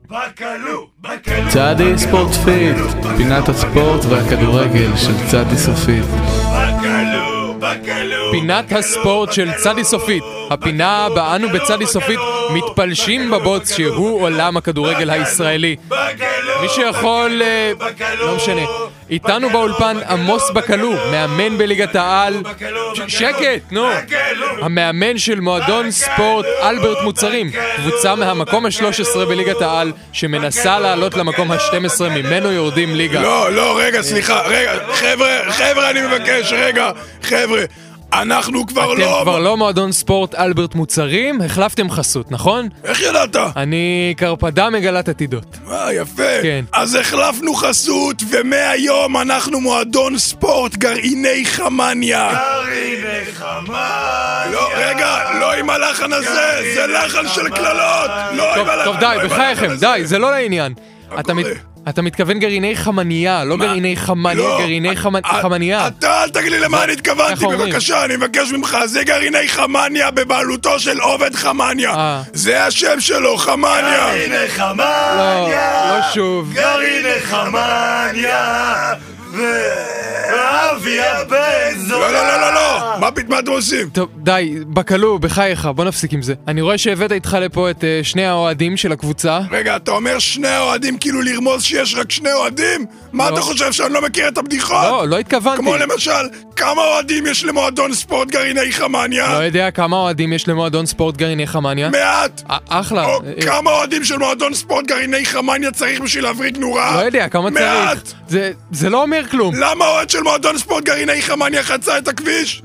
בקלו. צעדי ספורט פיט, פינת הספורט והכדורגל של צעדי סופית. פינת הספורט של צעדי סופית, הפינה בה אנו בצעדי סופית מתפלשים בבוץ שהוא עולם הכדורגל הישראלי. מי שיכול, לא משנה. איתנו באולפן עמוס בקלו, מאמן בליגת העל. שקט, נו. המאמן של מועדון ספורט אלברט מוצרים, קבוצה מהמקום ה-13 בליגת העל שמנסה לעלות למקום ה-12 ממנו יורדים ליגה. לא, רגע, סליחה, רגע, חבר'ה, אני מבקש, רגע, חבר'ה, אנחנו כבר לא... אתם כבר לא מועדון ספורט אלברט מוצרים, החלפתם חסות, נכון? איך ידעת? אני קרפדה מגלת עתידות. יפה. כן. אז החלפנו חסות, ומהיום אנחנו מועדון ספורט גרעיני חמניה. גרעיני חמניה. לא, רגע, לא עם הלחן הזה, זה לחן של כללות. טוב, די, בחייכם, די, זה לא לעניין. אתה מתכוון גרעיני חמניה, לא גרעיני חמניה, גרעיני חמניה. אתה אל תגיד לי למה אני התכוונתי, בבקשה, אני מבקש ממך, זה גרעיני חמניה בבעלותו של עובד חמניה. זה השם שלו, חמניה. גרעיני חמניה. לא שוב. גרעיני חמניה. ואבי הבן זו... לא, מה אתם עושים? טוב, די, בקלו, בחייך, בוא נפסיק עם זה. אני רואה שהבאת איתך לפה את שני האוהדים של הקבוצה. רגע, אתה אומר שני האוהדים כאילו לרמוז שיש רק שני אוהדים? מה אתה חושב, שאני לא מכיר את הבדיחות? לא התכוונתי. כמו למשל, כמה אוהדים יש למועדון ספורט גרעיני חמניה? לא יודע כמה אוהדים יש למועדון ספורט גרעיני חמניה. מעט! אחלה. או כמה אוהדים של מועדון ספורט גרעיני חמניה צריך בשביל להבריג נורה? לא יודע, כמה צריך. מעט! זה לא אומר כלום. למה אוהד של מועדון ספורט גרעיני חמניה חצה את הכביש?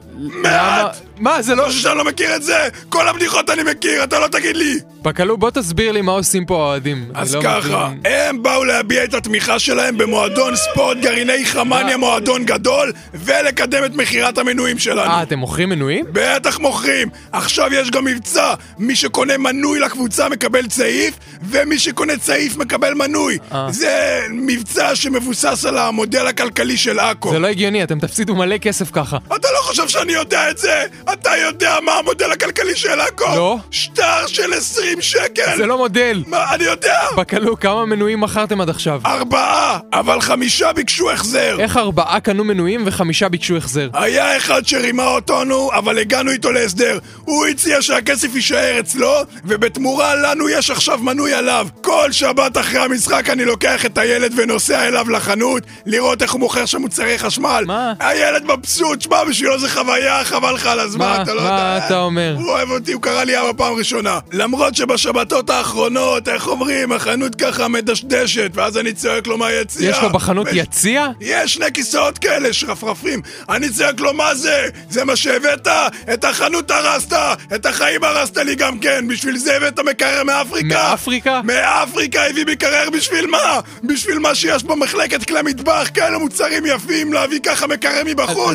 מעט! מה, זה לא... אני חושב שאני לא מכיר את זה! כל הבדיחות אני מכיר, אתה לא תגיד לי! בקלו, בוא תסביר לי מה עושים פה האוהדים. אז ככה, הם באו להביע את התמיכה שלהם במועדון ספורט גרעיני חמניה, מועדון גדול, ולקדם את מחירת המנויים שלנו. אתם מוכרים מנויים? בטח מוכרים! עכשיו יש גם מבצע, מי שקונה מנוי לקבוצה מקבל צעיף, ומי שקונה צעיף מקבל מנוי. זה מבצע שמבוסס על המודל הכלכלי של אקו. זה לא הגיוני, אתם תפסידו מלא כסף ככה. אתה לא חושב שאני יודע את זה? אתה יודע מה המודל הכלכלי של אקו? לא. שטר של 20 שקל! זה לא מודל! מה, אני יודע! בקלו, כמה מנויים מכרתם עד עכשיו? 4, אבל 5 ביקשו החזר! איך 4 קנו מנויים ו5 ביקשו החזר? היה אחד שרימה אותנו, אבל הגענו איתו להסדר. הוא הציע שהכסף יישאר אצלו, ובתמורה לנו יש עכשיו מנוי עליו. כל שבת אחרי המשחק אני לוקח את הילד ונוסע אליו לחנות, לראות איך הוא מוכר שם מוצרי חשמל. מה? הילד מבסוט, שמה בשבילו זה חוויה, חבל לך על הזמן, אתה לא יודע. מה אתה אומר? הוא אוהב אותי, הוא קרא לי אבא פעם ראשונה. למרות שבשבתות האחרונות, איך אומרים, החנות ככה מדשדשת, ואז אני צועק לו מה יציע. יש לו בחנות יציע? יש 2 כיסאות כאלה שרפרפים. אני צועק לו מה זה? זה מה שהבאת? את החנות הרסת, את החיים הרסת לי גם כן. בשביל זה הבאת מקרר מאפריקה? מאפריקה? מאפריקה הביא מקרר בשביל מה? בשביל מה שיש במחלקת כלי מטבח, כאלה מוצרים יפים, להביא ככה מקרר מבחוץ.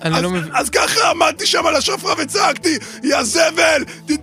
אז ככה עמדתי שם על השופרה וצעקתי, יא זבל,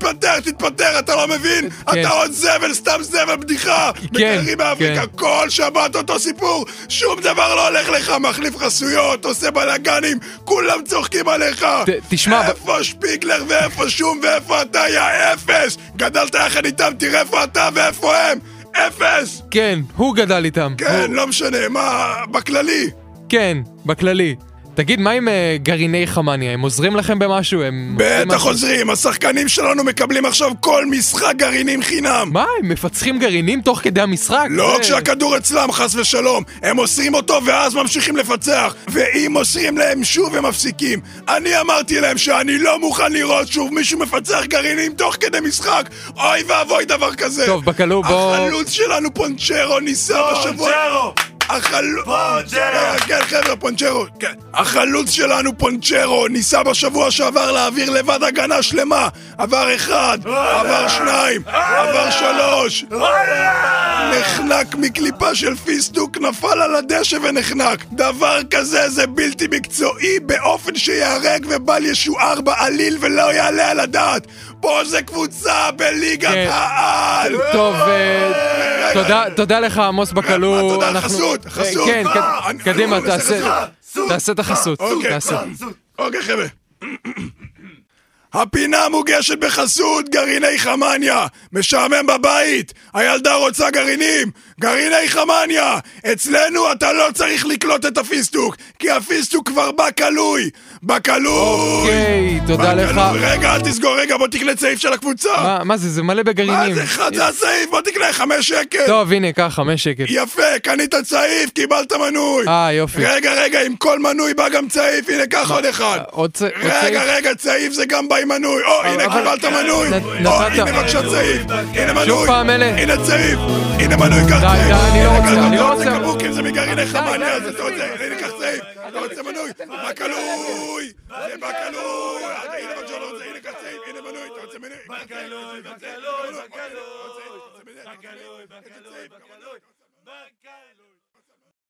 תתפטר, אתה לא מבין? אתה עוד זבל, סתם זבל, בדיחה. מקררים מאפריקה, כל שבת אותו סיפור, שום דבר לא הולך לך, מחליף חסויות, עושה בלגנים, כולם צוחקים עליך. תשמע, איפה שפיגלר ואיפה שום ואיפה אתה, יא אפס? גדלת יחד איתם, תראה איפה אתה ואיפה הם. אפס! כן, הוא גדל איתם. כן, לא משנה, מה, בכללי? כן, בכללי. תגיד, מה עם גרעיני חמניה? הם עוזרים לכם במשהו? בטח עוזרים, השחקנים שלנו מקבלים עכשיו כל משחק גרעינים חינם. מה? הם מפצחים גרעינים תוך כדי המשחק? לא כשהכדור אצלם, חס ושלום. הם אוסרים אותו ואז ממשיכים לפצח. ואם אוסרים להם שוב הם מפסיקים. אני אמרתי להם שאני לא מוכן לראות שוב מישהו מפצח גרעינים תוך כדי משחק. אוי ואבוי דבר כזה. טוב, בקלו, בוא... החלוץ שלנו פונצ'רו ניסה בשבוע... כן, חבר'ה, פונצ'רו. החלוץ שלנו פונצ'רו ניסה בשבוע שעבר להעביר לבד הגנה שלמה. עבר 1, עבר 2, עבר 3. נחנק מקליפה של פיסטוק, נפל על הדשא ונחנק. דבר כזה זה בלתי מקצועי באופן שיהרג ובל ישוער בעליל ולא יעלה על הדעת. פה זה קבוצה בליגת העל. טוב, תודה לך עמוס בקלו. תודה, חסות. כן, קדימה, תעשה את החסות. אוקיי, חבר'ה. הפינה מוגשת בחסות גרעיני חמניה. משעמם בבית? הילדה רוצה גרעינים? גרעיני חמניה. אצלנו אתה לא צריך לקלוט את הפיסטוק, כי הפיסטוק כבר בקלוי. אוקיי, תודה לך. רגע, אל תסגור, רגע, בוא תקנה צעיף של הקבוצה. מה זה? זה מלא בגרעינים. מה זה אחד? זה הסעיף, בוא תקנה 5 שקל. טוב, הנה, קח 5 שקל. יפה, קנית צעיף, קיבלת מנוי. יופי. רגע, עם כל מנוי בא גם צעיף, הנה קח עוד אחד. רגע, צעיף זה גם בא עם מנוי. הנה קיבלת מנוי. הנה בבקשה צעיף. הנה מנוי. שוב פעם אלה. הנה צעיף. הנה מנוי, קח די, צעיף. אני לא רוצה. קבוקים, זה מגרעיני חמניה, אז אתה רוצה. הנה קח צעיף. אתה רוצה מנוי? בקלוי. זה בקלוי. הנה בבקשה, לא רוצה. הנה קח צעיף. הנה מנוי. אתה רוצה מנוי? בקלוי.